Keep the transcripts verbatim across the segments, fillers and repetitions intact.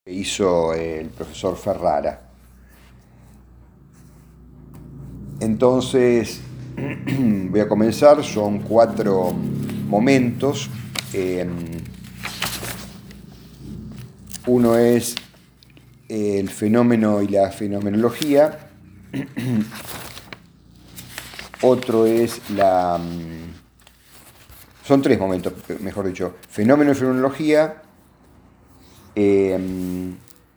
que hizo el profesor Ferrara. Entonces, voy a comenzar, son cuatro momentos. Eh, uno es el fenómeno y la fenomenología. Otro es la... Son tres momentos, mejor dicho. Fenómeno y fenomenología. Eh,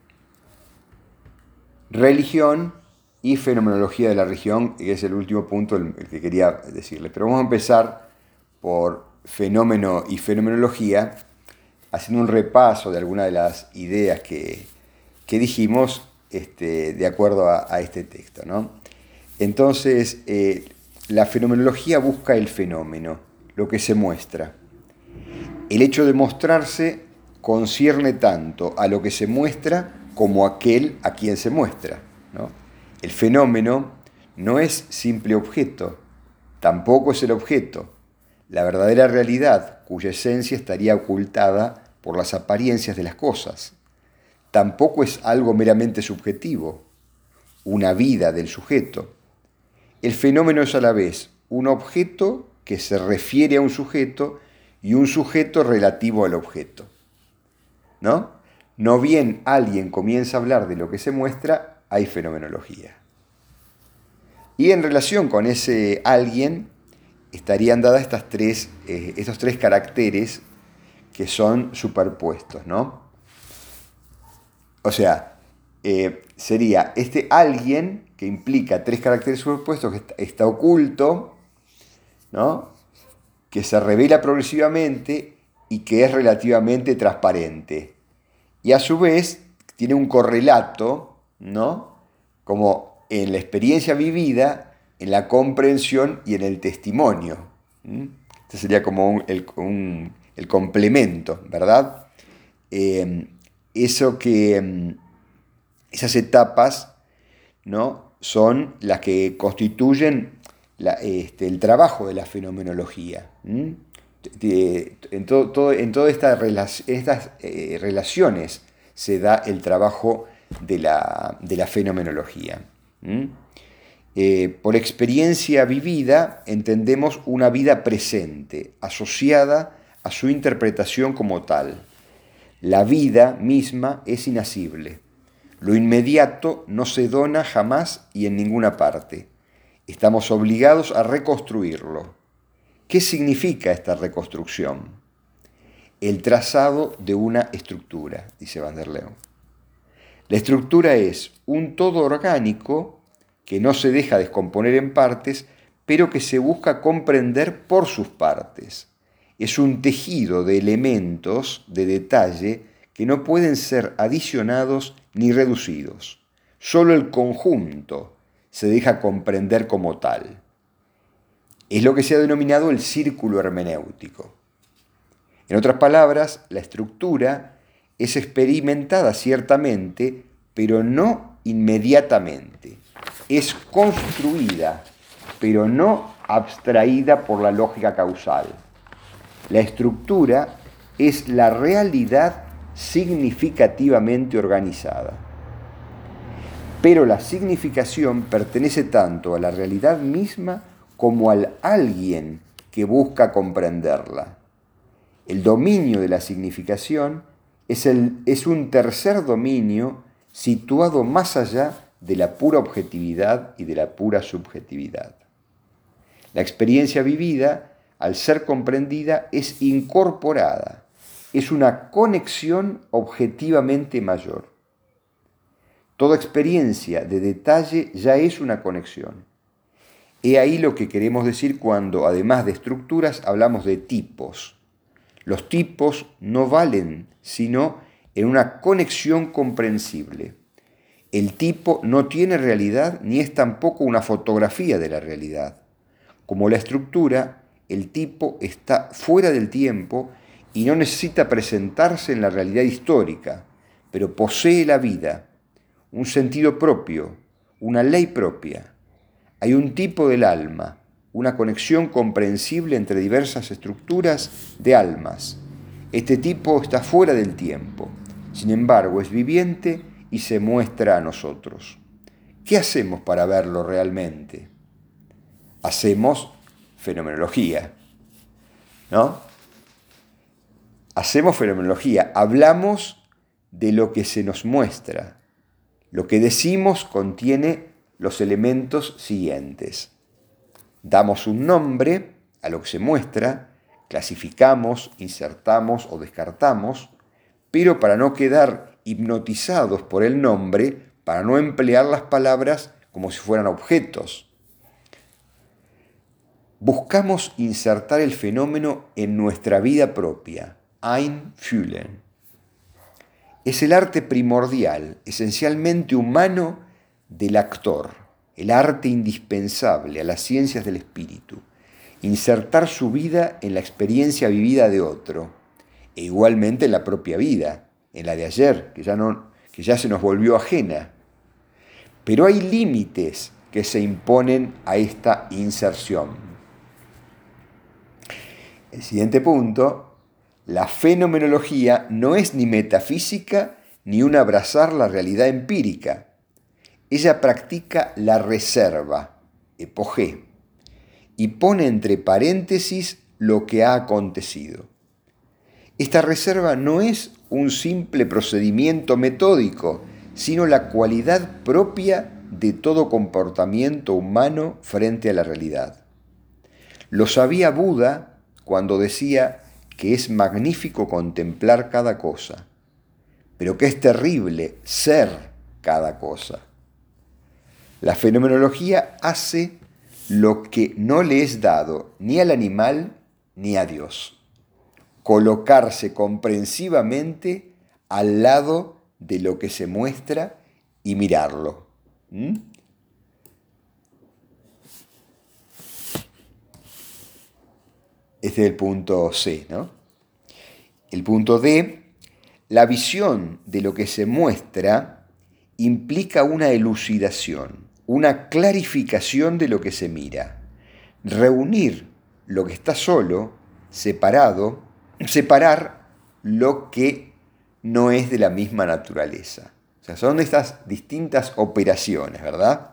religión y fenomenología de la religión, que es el último punto el que quería decirles. Pero vamos a empezar por fenómeno y fenomenología, haciendo un repaso de algunas de las ideas que, que dijimos este, de acuerdo a, a este texto, ¿no? Entonces, eh, la fenomenología busca el fenómeno, lo que se muestra. El hecho de mostrarse concierne tanto a lo que se muestra como a aquel a quien se muestra, ¿no? El fenómeno no es simple objeto, tampoco es el objeto. La verdadera realidad, cuya esencia estaría ocultada por las apariencias de las cosas, tampoco es algo meramente subjetivo, una vida del sujeto. El fenómeno es a la vez un objeto que se refiere a un sujeto y un sujeto relativo al objeto, ¿no? No bien alguien comienza a hablar de lo que se muestra, hay fenomenología. Y en relación con ese alguien estarían dadas estas tres, eh, estos tres caracteres que son superpuestos, ¿no? O sea, eh, sería este alguien que implica tres caracteres superpuestos, que está, está oculto, ¿no? Que se revela progresivamente y que es relativamente transparente. Y a su vez tiene un correlato, ¿no? Como en la experiencia vivida, en la comprensión y en el testimonio. ¿Mm? Este sería como un, el, un, el complemento, ¿verdad? Eh, eso que, esas etapas, ¿no? Son las que constituyen la, este, el trabajo de la fenomenología. ¿Mm? En, todo, todo, en todas esta estas eh, relaciones se da el trabajo de la, de la fenomenología. ¿Mm? Eh, por experiencia vivida entendemos una vida presente, asociada a su interpretación como tal. La vida misma es inasible. Lo inmediato no se dona jamás y en ninguna parte. Estamos obligados a reconstruirlo. ¿Qué significa esta reconstrucción? El trazado de una estructura, dice Van der Leeuw. La estructura es un todo orgánico que no se deja descomponer en partes, pero que se busca comprender por sus partes. Es un tejido de elementos de detalle que no pueden ser adicionados ni reducidos. Solo el conjunto se deja comprender como tal. Es lo que se ha denominado el círculo hermenéutico. En otras palabras, la estructura es experimentada ciertamente, pero no inmediatamente. Es construida, pero no abstraída por la lógica causal. La estructura es la realidad significativamente organizada. Pero la significación pertenece tanto a la realidad misma como al alguien que busca comprenderla. El dominio de la significación es, el, es un tercer dominio situado más allá de la pura objetividad y de la pura subjetividad. La experiencia vivida, al ser comprendida, es incorporada, es una conexión objetivamente mayor. Toda experiencia de detalle ya es una conexión. He ahí lo que queremos decir cuando, además de estructuras, hablamos de tipos. Los tipos no valen sino en una conexión comprensible. El tipo no tiene realidad ni es tampoco una fotografía de la realidad. Como la estructura, el tipo está fuera del tiempo y no necesita presentarse en la realidad histórica, pero posee la vida, un sentido propio, una ley propia. Hay un tipo del alma, una conexión comprensible entre diversas estructuras de almas. Este tipo está fuera del tiempo, Sin embargo, es viviente y se muestra a nosotros. ¿Qué hacemos para verlo realmente? Hacemos fenomenología, ¿no? Hacemos fenomenología, hablamos de lo que se nos muestra. Lo que decimos contiene los elementos siguientes. Damos un nombre a lo que se muestra, clasificamos, insertamos o descartamos, pero para no quedar hipnotizados por el nombre, para no emplear las palabras como si fueran objetos. Buscamos insertar el fenómeno en nuestra vida propia, einfühlen. Es el arte primordial, esencialmente humano, del actor, el arte indispensable a las ciencias del espíritu, insertar su vida en la experiencia vivida de otro, e igualmente en la propia vida, en la de ayer, que ya, no, que ya se nos volvió ajena. Pero hay límites que se imponen a esta inserción. El siguiente punto, la fenomenología no es ni metafísica ni un abrazar la realidad empírica. Ella practica la reserva, epogé, y pone entre paréntesis lo que ha acontecido. Esta reserva no es un simple procedimiento metódico, sino la cualidad propia de todo comportamiento humano frente a la realidad. Lo sabía Buda cuando decía que es magnífico contemplar cada cosa, pero que es terrible ser cada cosa. La fenomenología hace lo que no le es dado ni al animal ni a Dios: colocarse comprensivamente al lado de lo que se muestra y mirarlo. ¿Mm? Este es el punto C, ¿no? El punto D, la visión de lo que se muestra implica una elucidación, una clarificación de lo que se mira. Reunir lo que está solo, separado, separar lo que no es de la misma naturaleza. O sea, son estas distintas operaciones, ¿verdad?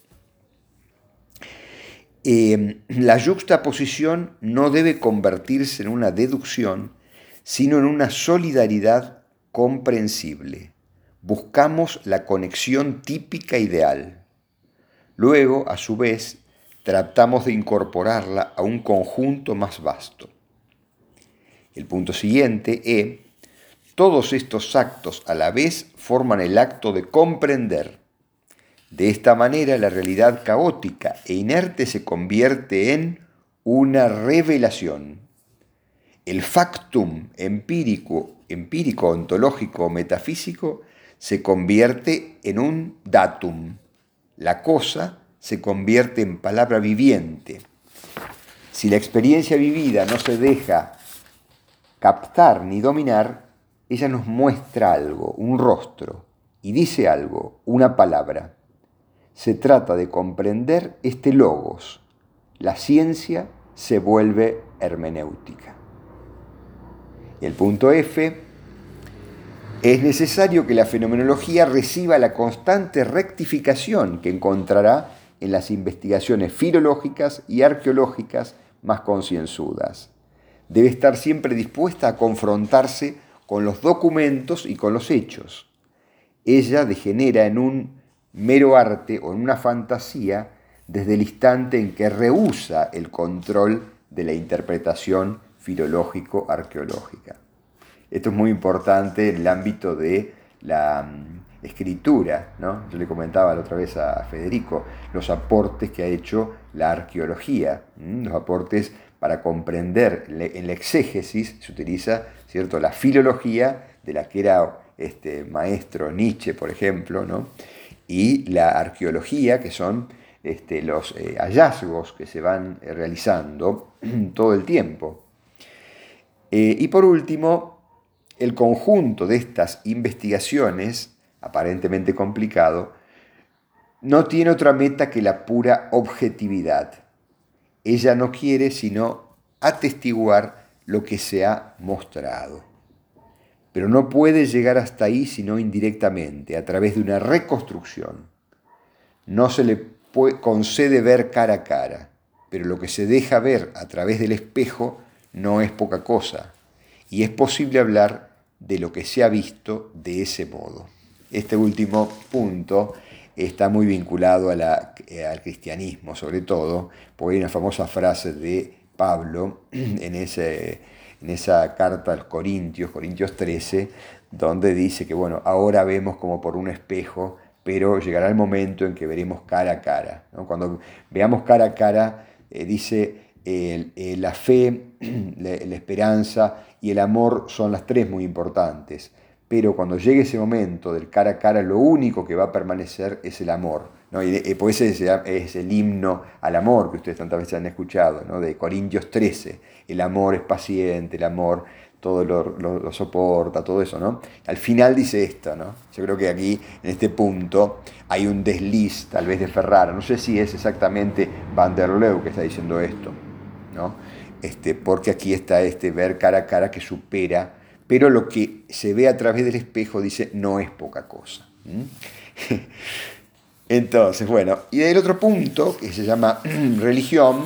Eh, la yuxtaposición no debe convertirse en una deducción, sino en una solidaridad comprensible. Buscamos la conexión típica ideal. Luego, a su vez, tratamos de incorporarla a un conjunto más vasto. El punto siguiente, E. Todos estos actos a la vez forman el acto de comprender. De esta manera, la realidad caótica e inerte se convierte en una revelación. El factum empírico, empírico, ontológico o metafísico se convierte en un datum. La cosa se convierte en palabra viviente. Si la experiencia vivida no se deja captar ni dominar, ella nos muestra algo, un rostro, y dice algo, una palabra. Se trata de comprender este logos. La ciencia se vuelve hermenéutica. El punto F, es necesario que la fenomenología reciba la constante rectificación que encontrará en las investigaciones filológicas y arqueológicas más concienzudas. Debe estar siempre dispuesta a confrontarse con los documentos y con los hechos. Ella degenera en un mero arte o en una fantasía desde el instante en que rehúsa el control de la interpretación filológico-arqueológica. Esto es muy importante en el ámbito de la um, escritura, ¿no? Yo le comentaba la otra vez a Federico los aportes que ha hecho la arqueología, ¿m? Los aportes para comprender. En la exégesis se utiliza, ¿cierto?, la filología, de la que era este, maestro Nietzsche, por ejemplo, ¿no?, y la arqueología, que son este, los eh, hallazgos que se van eh, realizando todo el tiempo. Eh, y por último, el conjunto de estas investigaciones, aparentemente complicado, no tiene otra meta que la pura objetividad. Ella no quiere sino atestiguar lo que se ha mostrado. pero no puede llegar hasta ahí sino indirectamente, a través de una reconstrucción. No se le puede, concede ver cara a cara, pero lo que se deja ver a través del espejo no es poca cosa, y es posible hablar de lo que se ha visto de ese modo. Este último punto está muy vinculado a la, al cristianismo, sobre todo, porque hay una famosa frase de Pablo en, ese, en esa carta a los Corintios, Corintios trece, donde dice que, bueno, ahora vemos como por un espejo, pero llegará el momento en que veremos cara a cara, ¿no? Cuando veamos cara a cara, eh, dice, eh, eh, la fe, la, la esperanza y el amor son las tres muy importantes. Pero cuando llegue ese momento del cara a cara, lo único que va a permanecer es el amor, ¿no? Y eh, pues ese es el himno al amor que ustedes tantas veces han escuchado, ¿no? De Corintios trece. El amor es paciente, el amor todo lo, lo, lo soporta, todo eso, ¿no? Al final dice esto, ¿no? Yo creo que aquí, en este punto, hay un desliz, tal vez de Ferrara. No sé si es exactamente Van der Leeuw que está diciendo esto, ¿no? Este, porque aquí está este ver cara a cara que supera, pero lo que se ve a través del espejo, dice, no es poca cosa. ¿Mm? Entonces, bueno, y el otro punto, que se llama religión,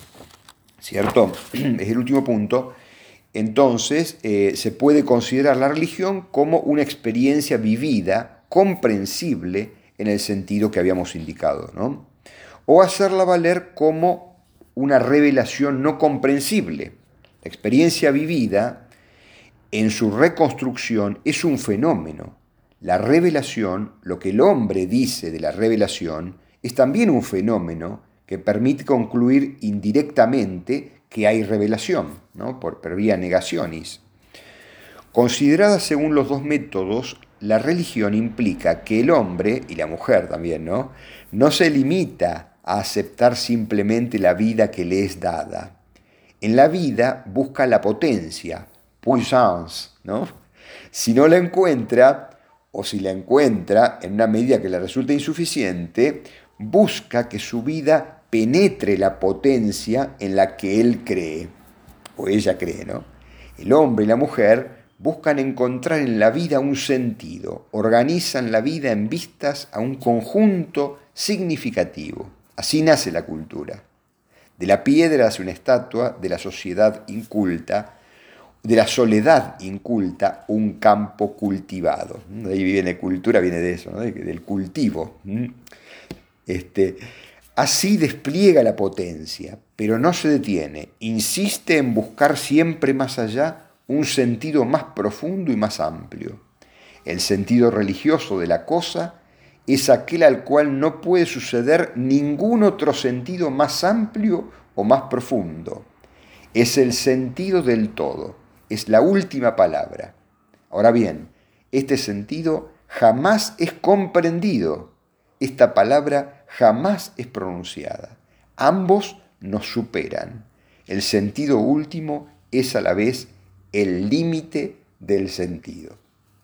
¿cierto? Es el último punto. Entonces, eh, se puede considerar la religión como una experiencia vivida, comprensible, en el sentido que habíamos indicado, ¿no? O hacerla valer como una revelación no comprensible. La experiencia vivida, en su reconstrucción, es un fenómeno. La revelación, lo que el hombre dice de la revelación, es también un fenómeno que permite concluir indirectamente que hay revelación, ¿no? Por, per vía negationis. Considerada según los dos métodos, la religión implica que el hombre, y la mujer también, ¿no? no se limita a aceptar simplemente la vida que le es dada. En la vida busca la potencia, puissance, ¿no? Si no la encuentra, o si la encuentra en una medida que le resulta insuficiente, busca que su vida penetre la potencia en la que él cree, o ella cree, ¿no? El hombre y la mujer buscan encontrar en la vida un sentido, organizan la vida en vistas a un conjunto significativo. Así nace la cultura. De la piedra hace una estatua, de la sociedad inculta, de la soledad inculta, un campo cultivado. De ahí viene cultura, viene de eso, ¿no? Del cultivo. Este, así despliega la potencia, pero no se detiene. Insiste en buscar siempre más allá un sentido más profundo y más amplio. El sentido religioso de la cosa es aquel al cual no puede suceder ningún otro sentido más amplio o más profundo. Es el sentido del todo, es la última palabra. Ahora bien, este sentido jamás es comprendido, esta palabra jamás es pronunciada. Ambos nos superan. El sentido último es a la vez el límite del sentido.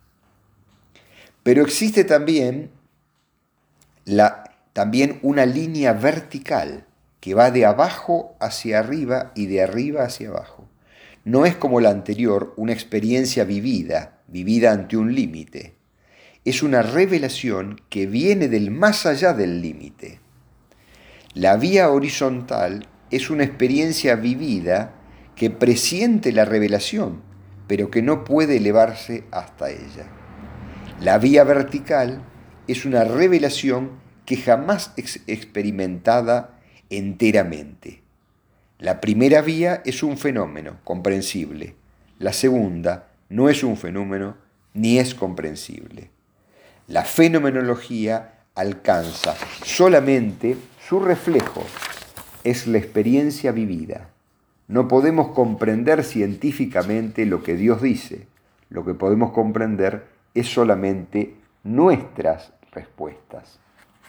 Pero existe también, la, también una línea vertical que va de abajo hacia arriba y de arriba hacia abajo. No es como la anterior, una experiencia vivida, vivida ante un límite. Es una revelación que viene del más allá del límite. La vía horizontal es una experiencia vivida que presiente la revelación, pero que no puede elevarse hasta ella. La vía vertical es una revelación que jamás es experimentada enteramente. La primera vía es un fenómeno comprensible. La segunda no es un fenómeno ni es comprensible. La fenomenología alcanza solamente su reflejo, es la experiencia vivida. No podemos comprender científicamente lo que Dios dice. Lo que podemos comprender es solamente nuestras respuestas.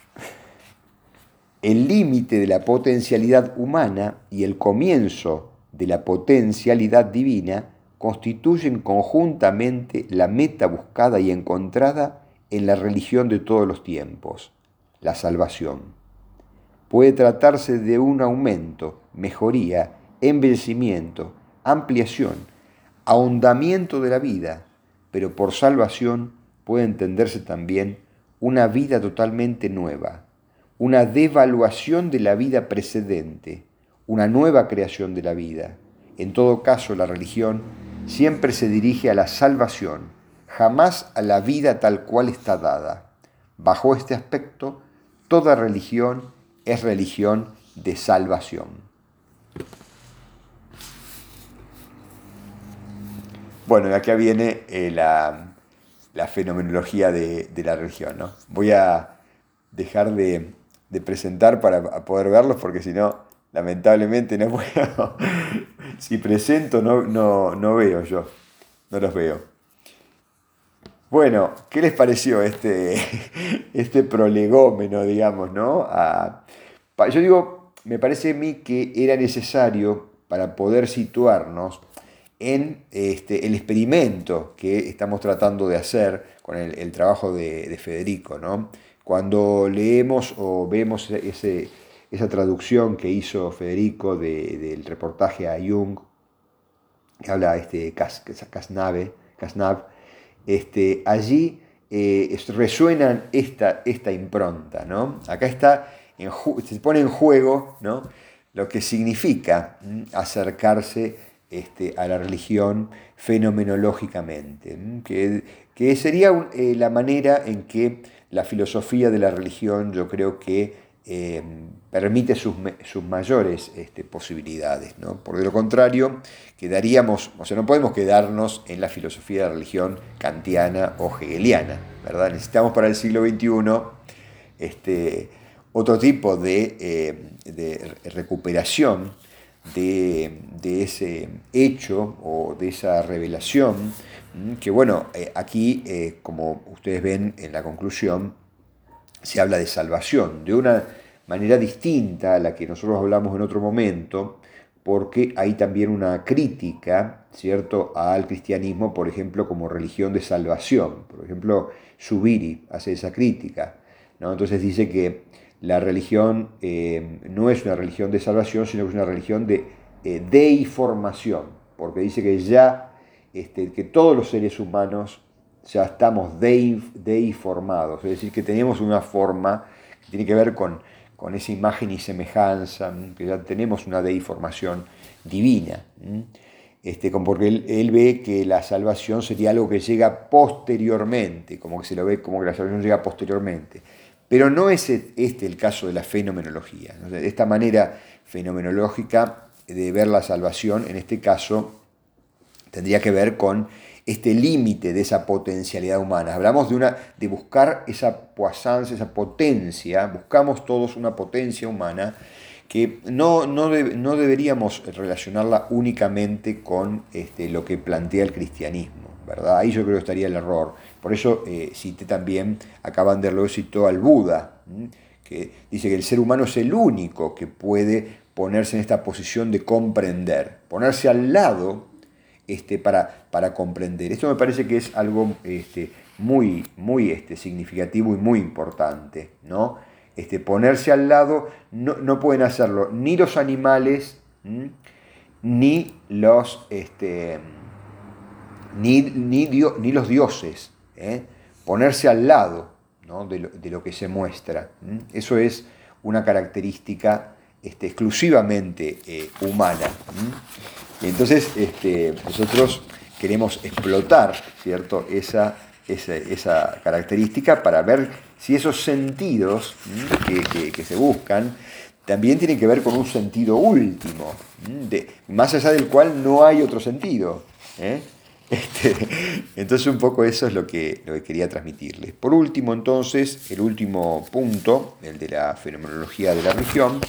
El límite de la potencialidad humana y el comienzo de la potencialidad divina constituyen conjuntamente la meta buscada y encontrada en la religión de todos los tiempos, la salvación. Puede tratarse de un aumento, mejoría, embellecimiento, ampliación, ahondamiento de la vida, pero por salvación puede entenderse también una vida totalmente nueva, una devaluación de la vida precedente, una nueva creación de la vida. En todo caso, la religión siempre se dirige a la salvación, jamás a la vida tal cual está dada. Bajo este aspecto, toda religión es religión de salvación. Bueno, de acá viene eh, la, la fenomenología de, de la religión, ¿no? Voy a dejar de, de presentar para poder verlos, porque si no, lamentablemente no puedo. Si presento, no, no, no veo yo, no los veo. Bueno, ¿qué les pareció este, este prolegómeno, digamos, ¿no? A, yo digo, me parece a mí que era necesario para poder situarnos en este, el experimento que estamos tratando de hacer con el, el trabajo de, de Federico, ¿no? Cuando leemos o vemos ese, esa traducción que hizo Federico de, del reportaje a Jung, que habla este, Cazenave, Cazenave, este, allí eh, resuenan esta, esta impronta, ¿no? Acá está en, se pone en juego, ¿no?, lo que significa ¿m? acercarse este, a la religión fenomenológicamente, ¿m? que, que sería un, eh, la manera en que la filosofía de la religión, yo creo que Eh, permite sus, sus mayores este, posibilidades, ¿no? Por de lo contrario, quedaríamos, o sea, no podemos quedarnos en la filosofía de la religión kantiana o hegeliana, ¿verdad? Necesitamos para el siglo veintiuno este, otro tipo de, eh, de recuperación de, de ese hecho o de esa revelación, que bueno, eh, aquí, eh, como ustedes ven en la conclusión, se habla de salvación, de una manera distinta a la que nosotros hablamos en otro momento, porque hay también una crítica, ¿cierto?, al cristianismo, por ejemplo, como religión de salvación. Por ejemplo, Zubiri hace esa crítica, ¿no? Entonces dice que la religión eh, no es una religión de salvación, sino que es una religión de eh, deiformación, porque dice que ya este, que todos los seres humanos ya estamos deiformados, es decir, que tenemos una forma que tiene que ver con, con esa imagen y semejanza, que ya tenemos una deiformación divina, este, porque él, él ve que la salvación sería algo que llega posteriormente, como que se lo ve como que la salvación llega posteriormente. Pero no es este el caso de la fenomenología. De esta manera fenomenológica de ver la salvación, en este caso, tendría que ver con este límite de esa potencialidad humana. Hablamos de, una, de buscar esa puissance, esa potencia, buscamos todos una potencia humana que no, no, de, no deberíamos relacionarla únicamente con este, lo que plantea el cristianismo, ¿verdad? Ahí yo creo que estaría el error. Por eso eh, cité también, acá Van der Lohe citó al Buda, ¿m? que dice que el ser humano es el único que puede ponerse en esta posición de comprender, ponerse al lado Este, para, para comprender. Esto me parece que es algo este, muy, muy este, significativo y muy importante, ¿no? Este, ponerse al lado, no, no pueden hacerlo ni los animales, ¿m? ni los, este, ni, ni, dio, ni los dioses, ¿eh? Ponerse al lado, ¿no?, de, lo, de lo que se muestra. ¿m? Eso es una característica este, exclusivamente eh, humana. ¿m? Y entonces este, nosotros queremos explotar, ¿cierto?, esa, esa, esa característica para ver si esos sentidos que, que, que se buscan también tienen que ver con un sentido último, de, más allá del cual no hay otro sentido. ¿eh? Este, entonces un poco eso es lo que, lo que quería transmitirles. Por último, entonces, el último punto, el de la fenomenología de la religión,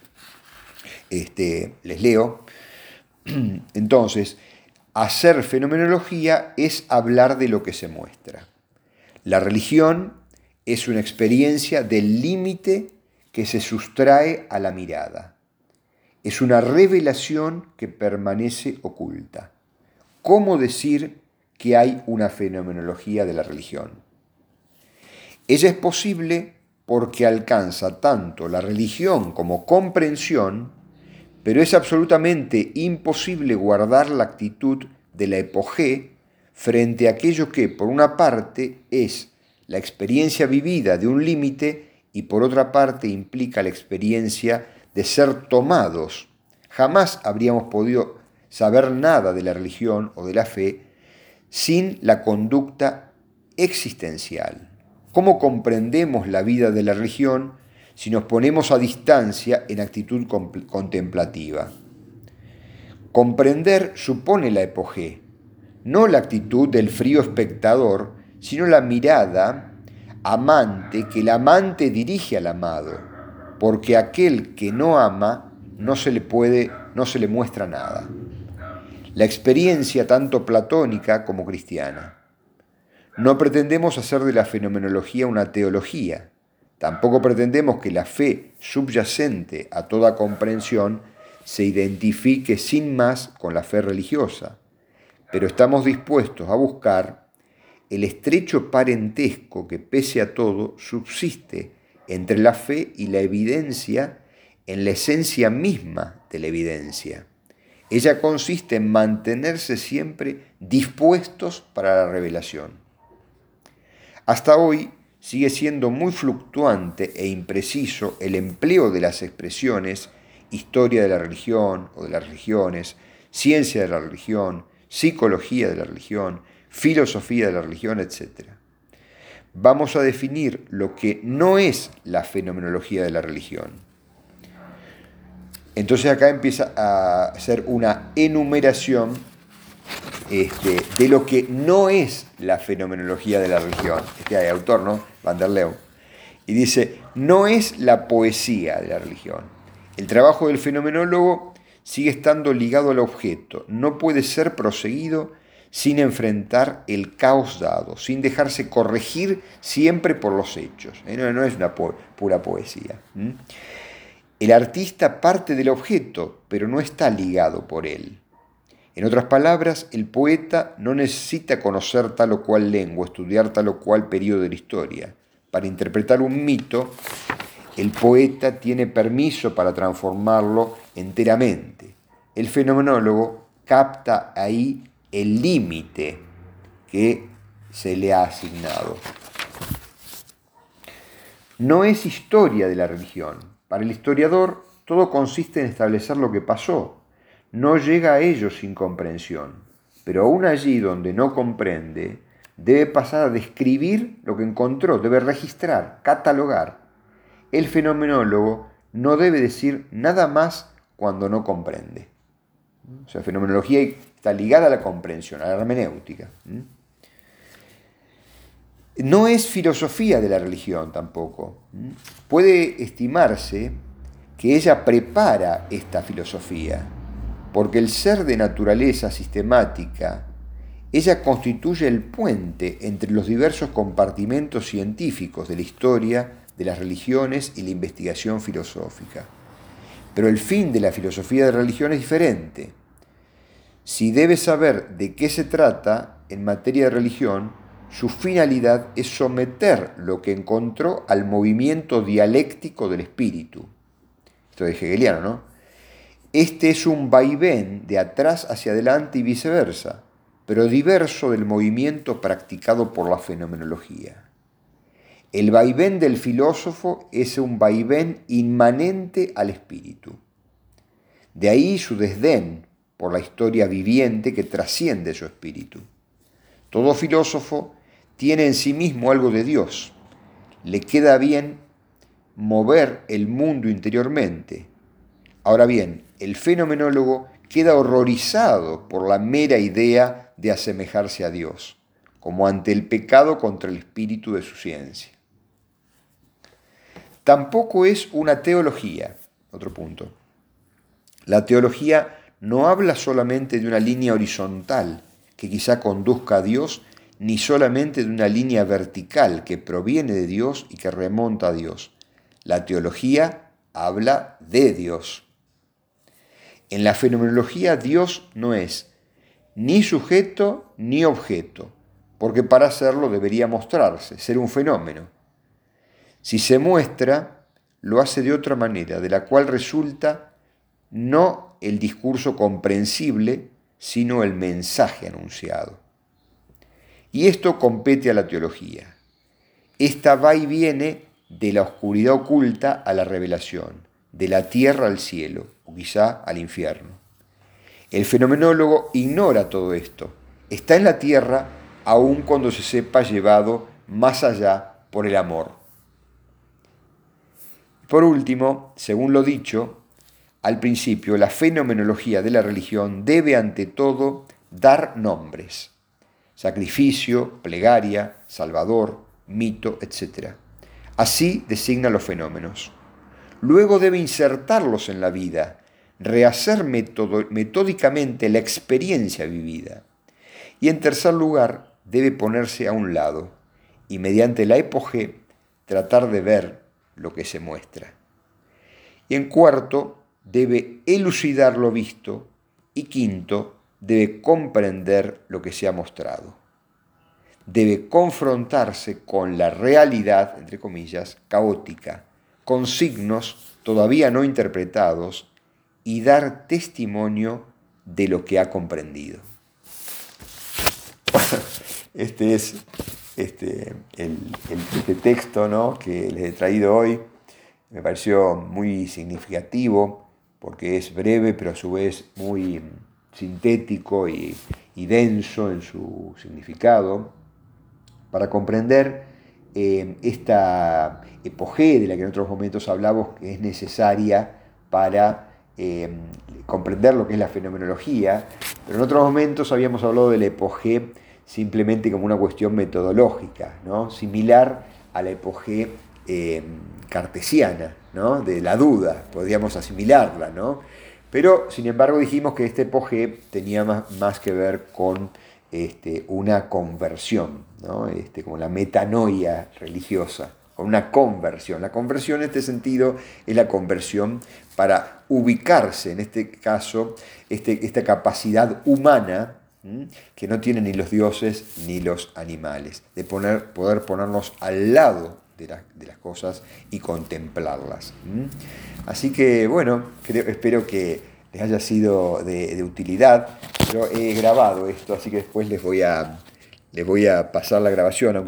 este, les leo. Entonces, hacer fenomenología es hablar de lo que se muestra. La religión es una experiencia del límite que se sustrae a la mirada. Es una revelación que permanece oculta. ¿Cómo decir que hay una fenomenología de la religión? Ella es posible porque alcanza tanto la religión como comprensión, pero es absolutamente imposible guardar la actitud de la epogé frente a aquello que, por una parte, es la experiencia vivida de un límite y por otra parte implica la experiencia de ser tomados. Jamás habríamos podido saber nada de la religión o de la fe sin la conducta existencial. ¿Cómo comprendemos la vida de la religión si nos ponemos a distancia en actitud contemplativa? Comprender supone la epogé, no la actitud del frío espectador, sino la mirada amante que el amante dirige al amado, porque aquel que no ama no se le puede, no se le muestra nada. La experiencia tanto platónica como cristiana. No pretendemos hacer de la fenomenología una teología, tampoco pretendemos que la fe subyacente a toda comprensión se identifique sin más con la fe religiosa, pero estamos dispuestos a buscar el estrecho parentesco que, pese a todo, subsiste entre la fe y la evidencia en la esencia misma de la evidencia. Ella consiste en mantenerse siempre dispuestos para la revelación. Hasta hoy sigue siendo muy fluctuante e impreciso el empleo de las expresiones historia de la religión o de las religiones, ciencia de la religión, psicología de la religión, filosofía de la religión, etcétera. Vamos a definir lo que no es la fenomenología de la religión. Entonces acá empieza a hacer una enumeración este, de lo que no es la fenomenología de la religión. Este autor, ¿no? Van der Leeuw. Y dice, no es la poesía de la religión. El trabajo del fenomenólogo sigue estando ligado al objeto, no puede ser proseguido sin enfrentar el caos dado, sin dejarse corregir siempre por los hechos. No, no es una po- pura poesía. ¿Mm? El artista parte del objeto, pero no está ligado por él. En otras palabras, el poeta no necesita conocer tal o cual lengua, estudiar tal o cual periodo de la historia. Para interpretar un mito, el poeta tiene permiso para transformarlo enteramente. El fenomenólogo capta ahí el límite que se le ha asignado. No es historia de la religión. Para el historiador, todo consiste en establecer lo que pasó. No llega a ello sin comprensión. Pero aún allí donde no comprende, debe pasar a describir lo que encontró, debe registrar, catalogar. El fenomenólogo no debe decir nada más cuando no comprende. O sea, fenomenología está ligada a la comprensión, a la hermenéutica. No es filosofía de la religión tampoco. Puede estimarse que ella prepara esta filosofía, porque el ser de naturaleza sistemática, ella constituye el puente entre los diversos compartimentos científicos de la historia, de las religiones y la investigación filosófica. Pero el fin de la filosofía de religión es diferente. Si debe saber de qué se trata en materia de religión, su finalidad es someter lo que encontró al movimiento dialéctico del espíritu. Esto es hegeliano, ¿no? Este es un vaivén de atrás hacia adelante y viceversa, pero diverso del movimiento practicado por la fenomenología. El vaivén del filósofo es un vaivén inmanente al espíritu. De ahí su desdén por la historia viviente que trasciende su espíritu. Todo filósofo tiene en sí mismo algo de Dios. Le queda bien mover el mundo interiormente. Ahora bien, el fenomenólogo queda horrorizado por la mera idea de asemejarse a Dios, como ante el pecado contra el espíritu de su ciencia. Tampoco es una teología, otro punto. La teología no habla solamente de una línea horizontal que quizá conduzca a Dios, ni solamente de una línea vertical que proviene de Dios y que remonta a Dios. La teología habla de Dios. En la fenomenología Dios no es ni sujeto ni objeto, porque para serlo debería mostrarse, ser un fenómeno. Si se muestra, lo hace de otra manera, de la cual resulta no el discurso comprensible, sino el mensaje anunciado. Y esto compete a la teología. Esta va y viene de la oscuridad oculta a la revelación, de la tierra al cielo, o quizá al infierno. El fenomenólogo ignora todo esto. Está en la tierra aun cuando se sepa llevado más allá por el amor. Por último, según lo dicho al principio, la fenomenología de la religión debe ante todo dar nombres: sacrificio, plegaria, salvador, mito, etcétera. Así designa los fenómenos. Luego debe insertarlos en la vida, rehacer método, metódicamente la experiencia vivida. Y en tercer lugar, debe ponerse a un lado y mediante la epogé tratar de ver lo que se muestra. Y en cuarto, debe elucidar lo visto y quinto, debe comprender lo que se ha mostrado. Debe confrontarse con la realidad, entre comillas, caótica, con signos todavía no interpretados y dar testimonio de lo que ha comprendido. Este es este, el, el, este texto, ¿no?, que les he traído hoy. Me pareció muy significativo porque es breve, pero a su vez muy sintético y, y denso en su significado. Para comprender eh, esta epogé de la que en otros momentos hablamos, que es necesaria para eh, comprender lo que es la fenomenología, pero en otros momentos habíamos hablado de la epogé simplemente como una cuestión metodológica, ¿no?, similar a la epogé eh, cartesiana, ¿no?, de la duda, podríamos asimilarla, ¿no? Pero, sin embargo, dijimos que este epogé tenía más, más que ver con este, una conversión, ¿no?, este, como la metanoia religiosa, con una conversión. La conversión en este sentido es la conversión para ubicarse, en este caso, este, esta capacidad humana, ¿m?, que no tienen ni los dioses ni los animales, de poner, poder ponernos al lado de, la, de las cosas y contemplarlas. ¿m? Así que, bueno, creo, espero que les haya sido de, de utilidad. Yo he grabado esto, así que después les voy a, les voy a pasar la grabación, aunque